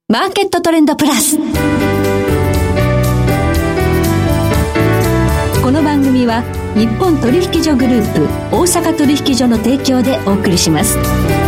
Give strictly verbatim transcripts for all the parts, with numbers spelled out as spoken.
マーケットトレンドプラス。この番組は日本取引所グループ大阪取引所の提供でお送りします。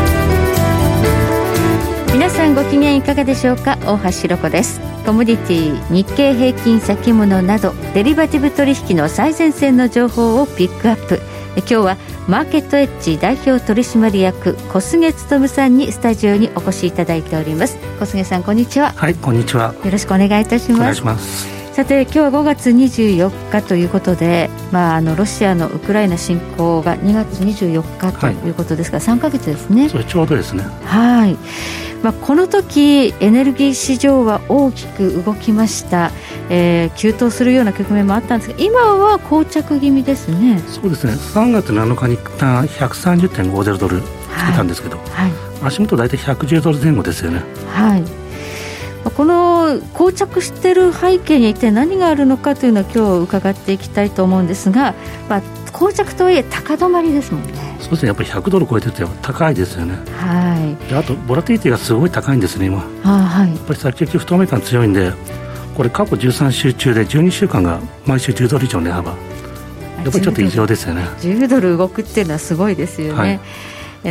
皆さんご機嫌いかがでしょうか。大橋ろ子です。コモディティ、日経平均先物などデリバティブ取引の最前線の情報をピックアップ。今日はマーケットエッジ代表取締役小菅勉さんにスタジオにお越しいただいております。小菅さん、こんにちは。 はい、こんにちは。 よろしくお願いいたします。 お願いします。 さて、今日はごがつにじゅうよっかということで、まあ、あのロシアのウクライナ侵攻がにがつにじゅうよっかということですが、はい、さんかげつですね。 それちょうどですね。 はい、まあ、この時エネルギー市場は大きく動きました、えー、急騰するような局面もあったんですが、今は膠着気味ですね。 そうですね。さんがつなのかに一旦 ひゃくさんじゅうてんごゼロ ドルつけたんですけど、はいはい、足元大体ひゃくじゅうドル前後ですよね。 はい、この膠着している背景に一体何があるのかというのを今日伺っていきたいと思うんですが、まあ、膠着とはいえ高止まりですもんね。 そうですね。やっぱりひゃくドル超えてて高いですよね。 はい、 であとボラティリティがすごい高いんですね今。 あ、はい、やっぱり先行き不透明感強いんで、これ過去じゅうさんしゅう中でじゅうにしゅうかんが毎週じゅうドル以上値幅、やっぱりちょっと異常ですよね。 じゅうドル動くっていうのはすごいですよね。はい、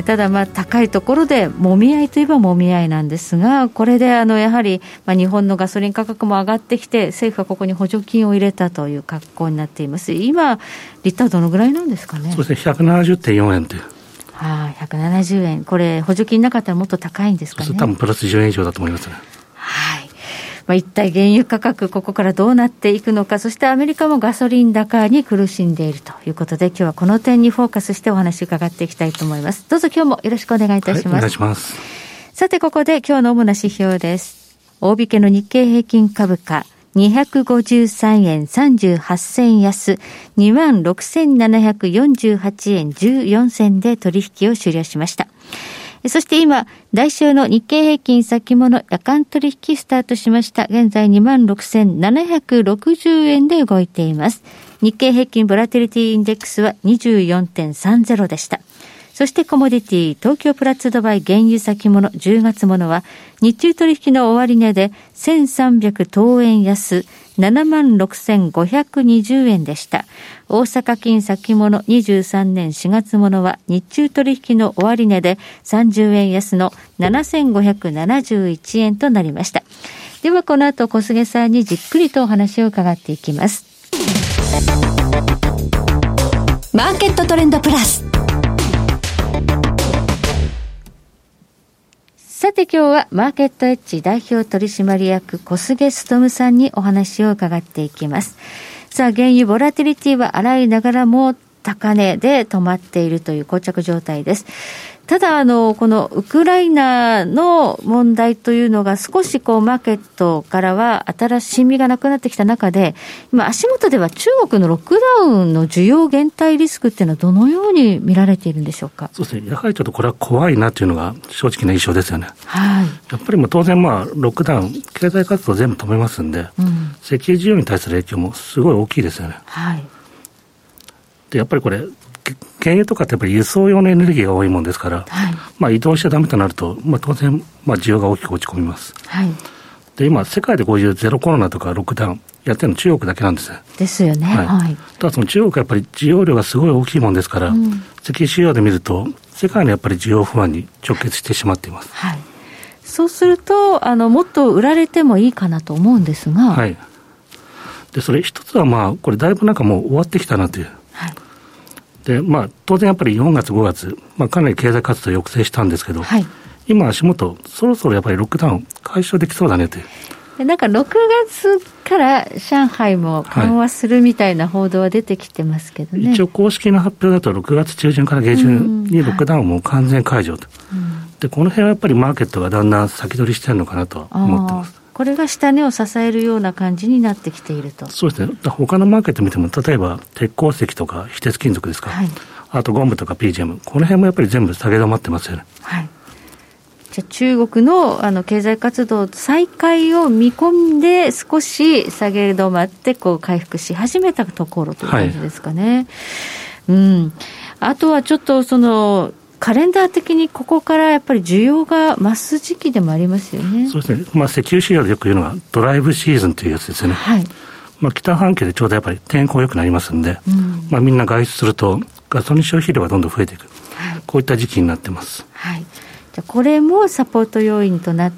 ただ、まあ高いところでもみ合いといえばもみ合いなんですが、これであのやはりまあ日本のガソリン価格も上がってきて、政府はここに補助金を入れたという格好になっています。今リッターどのぐらいなんですかね。 そうですね。ひゃくななじゅうてんよんえんという、 はあ、ひゃくななじゅうえん、これ補助金なかったらもっと高いんですかね。 多分プラスじゅうえん以上だと思いますね。 はい、まあ、一体原油価格ここからどうなっていくのか、そしてアメリカもガソリン高に苦しんでいるということで、今日はこの点にフォーカスしてお話を伺っていきたいと思います。どうぞ今日もよろしくお願いいたします。はい、 お願いします。 さて、ここで今日の主な指標です。大引けの日経平均株価にひゃくごじゅうさんえんさんじゅうはっせん安 にまんろくせんななひゃくよんじゅうはちえんじゅうよんせんで取引を終了しました。そして今、来週の日経平均先物夜間取引スタートしました。現在 にまんろくせんななひゃくろくじゅうえんで動いています。日経平均ボラティリティインデックスは にじゅうよんてんさんゼロ でした。そしてコモディティ、東京プラッツドバイ原油先物じゅうがつものは日中取引の終値でせんさんびゃくとうえん安 ななまんろくせんごひゃくにじゅうえんでした。大阪金先物にじゅうさんねんしがつものは日中取引の終値でさんじゅうえん安のななせんごひゃくななじゅういちえんとなりました。ではこの後小菅さんにじっくりとお話を伺っていきます。 マーケットトレンドプラス。 さて、今日はマーケットエッジ代表取締役小菅勉さんにお話を伺っていきます。さあ、原油ボラティリティは荒いながらも高値で止まっているという膠着状態です。ただ、あのこのウクライナの問題というのが少しこうマーケットからは新しみがなくなってきた中で、今足元では中国のロックダウンの需要減退リスクっていうのはどのように見られているんでしょうか。 そうですね。やはりちょっとこれは怖いなというのが正直な印象ですよね。 はい、 やっぱりもう当然まあロックダウン経済活動全部止めますんで、うん、石油需要に対する影響もすごい大きいですよね。 はい、 でやっぱりこれ原油とかってやっぱり輸送用のエネルギーが多いもんですから、はい、まあ、移動しちゃダメとなると、まあ、当然、まあ、需要が大きく落ち込みます。はい、で今世界でこういうゼロコロナとかロックダウンやってるの中国だけなんですよ。 ですよね。 はいはい、ただその中国はやっぱり需要量がすごい大きいもんですから、うん、石油需要で見ると世界のやっぱり需要不安に直結してしまっています。 はい、そうするとあのもっと売られてもいいかなと思うんですが、 はい、でそれ一つはまあこれだいぶなんかもう終わってきたなという。はい、でまあ、当然やっぱりよんがつごがつ、まあ、かなり経済活動を抑制したんですけど、はい、今足元そろそろやっぱりロックダウン解消できそうだねという。 なんかろくがつから上海も緩和するみたいな報道は出てきてますけどね。 はい、一応公式な発表だとろくがつちゅうじゅんから下旬にロックダウンも完全解除と、うんはい、でこの辺はやっぱりマーケットがだんだん先取りしてるのかなと思ってます。 これが下値を支えるような感じになってきていると。 そうですね。他のマーケット見ても例えば鉄鉱石とか非鉄金属ですか、はい、あとゴムとか ピージーエム、 この辺もやっぱり全部下げ止まってますよね。 はい、じゃあ中国 の, あの経済活動再開を見込んで少し下げ止まってこう回復し始めたところという感じですかね。はい、うん、あとはちょっとそのカレンダー的にここからやっぱり需要が増す時期でもありますよね。 そうですね、まあ、石油市場でよく言うのはドライブシーズンというやつですよね。はい、まあ、北半球でちょうどやっぱり天候良くなりますんで、うん、まあ、みんな外出するとガソリン消費量がどんどん増えていく、はい、こういった時期になってます。 はい、じゃこれもサポート要因となって、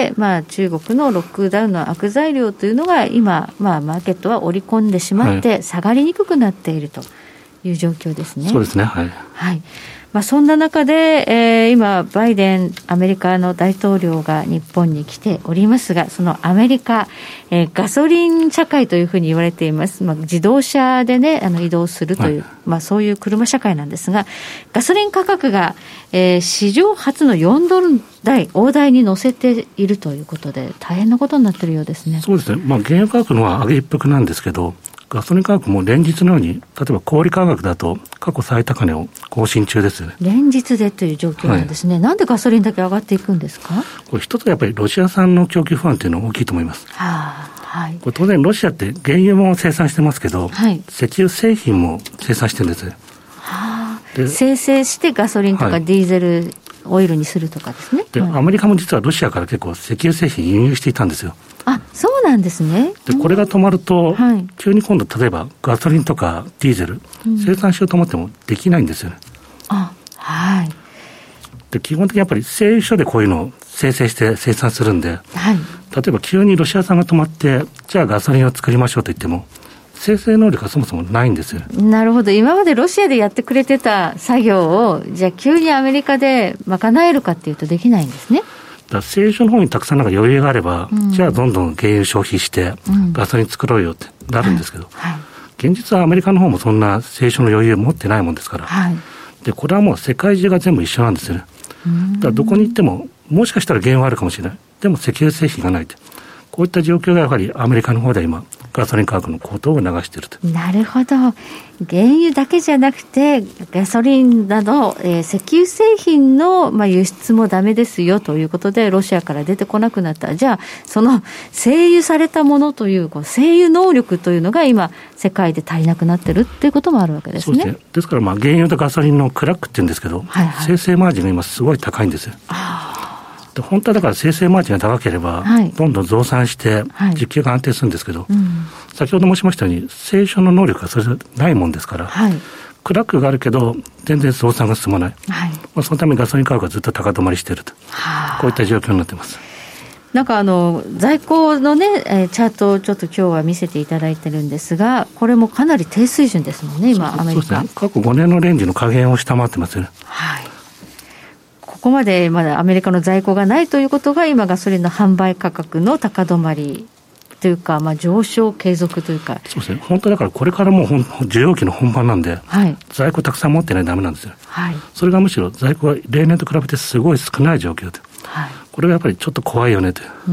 まあ、中国のロックダウンの悪材料というのが今、まあ、マーケットは織り込んでしまって下がりにくくなっているという状況ですね。 そうですね、はい、 はい、まあ、そんな中で、えー、今バイデンアメリカの大統領が日本に来ておりますが、そのアメリカ、えー、ガソリン社会というふうに言われています、まあ、自動車で、ね、あの移動するという、はい、まあ、そういう車社会なんですが、ガソリン価格が、えー、史上初のよんドル台大台に乗せているということで大変なことになっているようですね。 そうですね、まあ、原油価格のは上げ一服なんですけど、ガソリン価格も連日のように、例えば小売価格だと過去最高値を更新中ですよね。 連日でという状況なんですね。はい、なんでガソリンだけ上がっていくんですか。 これ一つはやっぱりロシア産の供給不安というのは大きいと思います。はあ、はい、これ当然ロシアって原油も生産してますけど、はい、石油製品も生産してるんです。はあ、生成してガソリンとかディーゼル、はい、オイルにするとかですね。 で、はい、アメリカも実はロシアから結構石油製品輸入していたんですよ。 あ、そうなんですね。 で、これが止まると、はい、急に今度例えばガソリンとかディーゼル、うん、生産しようと思ってもできないんですよね。 あ、はい。 で、基本的にやっぱり製油所でこういうのを生成して生産するんで、はい、例えば急にロシア産が止まってじゃあガソリンを作りましょうと言っても生成能力がそもそもないんですよ。 なるほど。今までロシアでやってくれてた作業をじゃあ急にアメリカで賄えるかっていうとできないんですね。 だ製油所の方にたくさんなんか余裕があれば、うん、じゃあどんどん原油消費してガソリン作ろうよってなるんですけど、うん、はい、現実はアメリカの方もそんな製油所の余裕を持ってないもんですから、はい、でこれはもう世界中が全部一緒なんですよね。だからどこに行ってももしかしたら原油はあるかもしれない、でも石油製品がないって、こういった状況がやはりアメリカの方では今ガソリン価格の高騰を流していると。 なるほど。原油だけじゃなくてガソリンなど、えー、石油製品の、まあ、輸出もダメですよということでロシアから出てこなくなった。じゃあその製油されたものという、こう製油能力というのが今世界で足りなくなってるっていうこともあるわけですね。 そうですね。ですからまあ原油とガソリンのクラックって言うんですけど、はいはい、生成マージンが今すごい高いんですよ。あ、で本当はだから生成マージンが高ければ、はい、どんどん増産して需給が安定するんですけど、はい、うん、先ほど申しましたように製油所の能力がそれないもんですから、はい、クラックがあるけど全然増産が進まない、はい、まあ、そのためにガソリン価格がずっと高止まりしていると、はあ、こういった状況になっています。 なんかあの在庫のね、えー、チャートをちょっと今日は見せていただいてるんですが、これもかなり低水準ですもんね今。そうそう、アメリカそうですね、 過去ごねんのレンジの下限を下回ってますよね。 はい、ここまでまだアメリカの在庫がないということが今ガソリンの販売価格の高止まりというか、まあ、上昇継続というか。 そうですね、本当だからこれからもう需要期の本番なんで、はい、在庫たくさん持ってないとダメなんですよ、はい、それがむしろ在庫が例年と比べてすごい少ない状況で、はい、これがやっぱりちょっと怖いよねという、うん、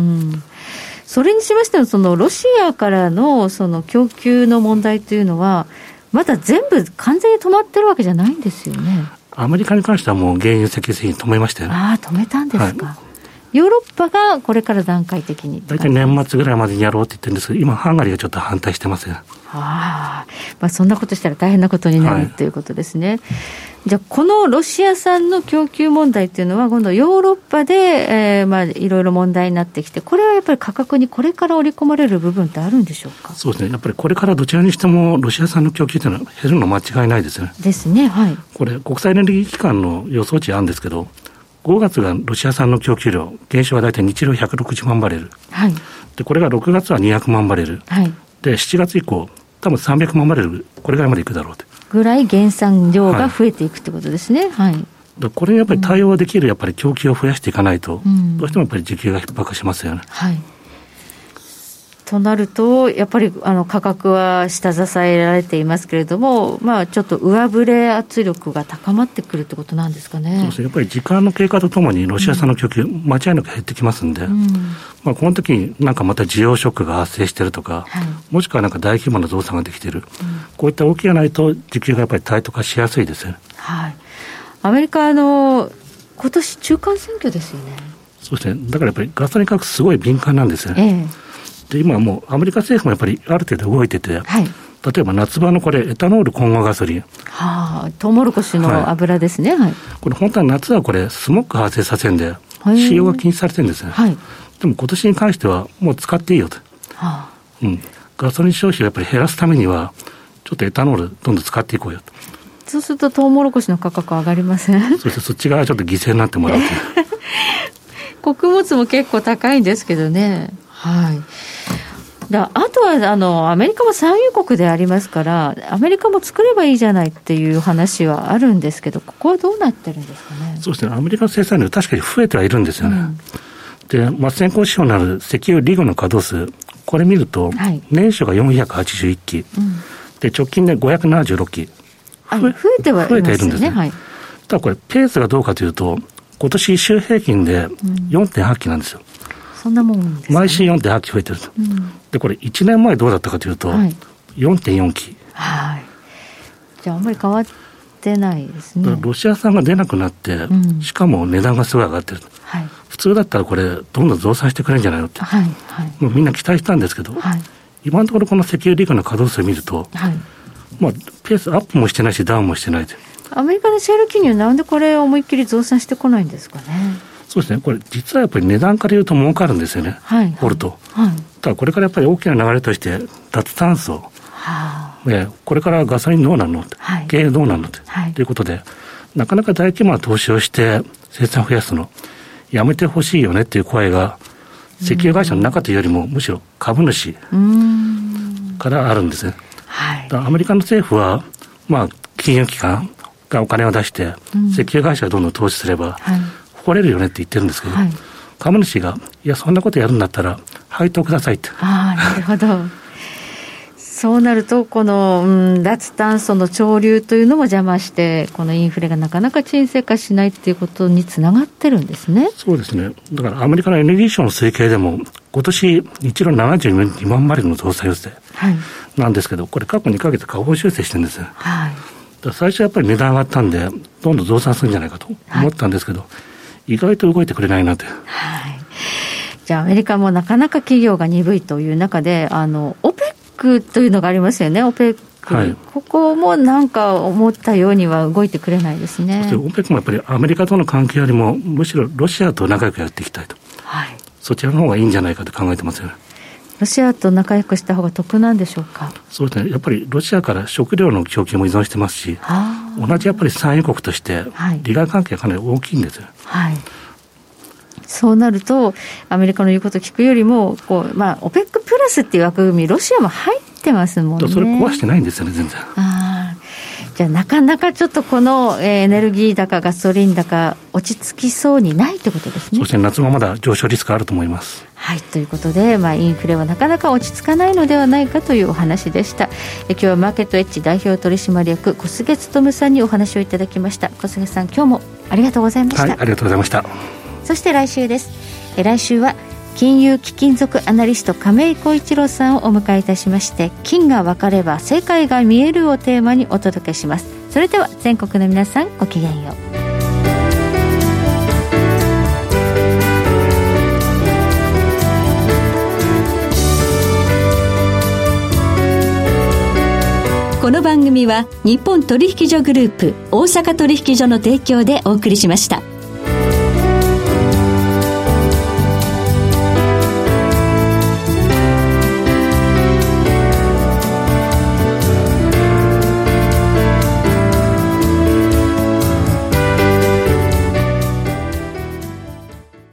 それにしましてもそのロシアからのその供給の問題というのはまだ全部完全に止まってるわけじゃないんですよね。 アメリカに関してはもう原油石油製品止めましたよね。 ああ、止めたんですか、はい、ヨーロッパがこれから段階的に大体年末ぐらいまでにやろうって言ってるんですけど、今ハンガリーがちょっと反対してますよ。 あ、まあ、そんなことしたら大変なことになる、はい、ということですね。じゃあこのロシア産の供給問題というのは今度ヨーロッパで、えーまあ、いろいろ問題になってきて、これはやっぱり価格にこれから織り込まれる部分ってあるんでしょうか。 そうですね、やっぱりこれからどちらにしてもロシア産の供給というのは減るの間違いないですね。 ですね、はい、これ国際エネルギー機関の予想値あるんですけど、ごがつがロシア産の供給量減少は大体日量ひゃくろくじゅうまんバレル、はい、でこれがろくがつはにひゃくまんバレル、はい、でしちがつ以降多分さんびゃくまんバレルこれぐらいまでいくだろうとぐらい減産量が増えていくってことですね、はいはい、 でこれにやっぱり対応できるやっぱり供給を増やしていかないと、うん、どうしてもやっぱり需給が逼迫しますよね、はい、 となるとやっぱりあの価格は下支えられていますけれども、まあ、ちょっと上振れ圧力が高まってくるってことなんですかね。 そうですね、やっぱり時間の経過とともにロシア産の供給、うん、間違いなく減ってきますんで、うん、まあ、この時になんかまた需要ショックが発生しているとか、はい、もしくはなんか大規模な増産ができている、うん、こういった動きがないと需給がやっぱりタイト化しやすいですよね、 はい、アメリカの今年中間選挙ですよね。 そうですね、だからやっぱりガソリン価格すごい敏感なんですよね、ええ、で今はもうアメリカ政府もやっぱりある程度動いてて、はい、 例えば夏場のこれエタノール混合ガソリン、 はあ、トウモロコシの油ですね、はいはい、 これ本当は夏はこれスモッグ発生させるんで使用が禁止されてるんですね、はい、でも今年に関してはもう使っていいよと、はあうん、ガソリン消費をやっぱり減らすためにはちょっとエタノールどんどん使っていこうよと。 そうするとトウモロコシの価格上がりません？ そしてそっち側ちょっと犠牲になってもらうと穀物も結構高いんですけどね、はい、だあとはあのアメリカも産油国でありますからアメリカも作ればいいじゃないっていう話はあるんですけどここはどうなってるんですかね。 そうですね、アメリカの生産量確かに増えてはいるんですよね、うん、で、まあ、先行指標のある石油リグの稼働数これ見ると、はい、年初がよんひゃくはちじゅういっき、うん、で直近でごひゃくななじゅうろっき増え、増えてはいますよね。増えているんですね、はい、 ただこれペースがどうかというと今年週平均で よんてんはち 機なんですよ、 うん、そんなもんですか、ね、 毎週 よんてんはち 機増えてると、うん、でこれいちねんまえどうだったかというと、はい、よんてんよん 機、はい、 じゃああんまり変わってないですね。 ロシア産が出なくなって、うん、しかも値段がすごい上がってる、はい、普通だったらこれどんどん増産してくれるんじゃないのって、はいはい、もうみんな期待したんですけど、はい、今のところこの石油リグの稼働数を見ると、はいまあ、ペースアップもしてないしダウンもしてないと。 アメリカのシェール企業なんでこれ思いっきり増産してこないんですかね。 そうですね、これ実はやっぱり値段から言うと儲かるんですよね、はい、掘ると、はい、ただこれからやっぱり大きな流れとして脱炭素、はあね、これからガソリンどうなるの、はい、経営どうなるの、はい、ということでなかなか大規模な投資をして生産を増やすのやめてほしいよねっていう声が石油会社の中というよりもむしろ株主からあるんですね。はい、アメリカの政府は、まあ、金融機関がお金を出して、うん、石油会社がどんどん投資すれば、はい、掘れるよねって言ってるんですけど、はい、株主がいやそんなことやるんだったら配当くださいって。 ああなるほどそうなるとこの、うん、脱炭素の潮流というのも邪魔してこのインフレがなかなか沈静化しないっていうことにつながってるんですね。 そうですね、だからアメリカのエネルギー省の推計でも今年日露ななじゅうにまんバレルの増産予定なんですけど、はい、これ過去にかげつ下方修正してるんですよ、はい、だから最初はやっぱり値段上がったんでどんどん増産するんじゃないかと思ったんですけど、はい、意外と動いてくれないなと、はい、 じゃあアメリカもなかなか企業が鈍いという中であのオペックというのがありますよね。オペック、はい、ここもなんか思ったようには動いてくれないですね。 オペックもやっぱりアメリカとの関係よりもむしろロシアと仲良くやっていきたいと、はい、そちらの方がいいんじゃないかと考えてますよね。 ロシアと仲良くした方が得なんでしょうか。 そうですね、やっぱりロシアから食料の供給も依存してますし、同じやっぱり産油国として利害関係がかなり大きいんですよ、はい、 そうなるとアメリカの言うことを聞くよりもこう、まあ、オペックプラスっていう枠組みロシアも入ってますもんね。 それ壊してないんですよね全然。 あじゃあなかなかちょっとこの、えー、エネルギー高ガソリン高落ち着きそうにないということですね。 そうですね、夏もまだ上昇リスクあると思います。 はい、ということで、まあ、インフレはなかなか落ち着かないのではないかというお話でした。え今日はマーケットエッジ代表取締役小菅勉さんにお話をいただきました。小菅さん今日もありがとうございました。 はい、ありがとうございました。 そして来週です。え来週は金融貴金属アナリスト亀井浩一郎さんをお迎えいたしまして金が分かれば世界が見えるをテーマにお届けします。それでは全国の皆さんごきげんよう。 この番組は日本取引所グループ大阪取引所の提供でお送りしました。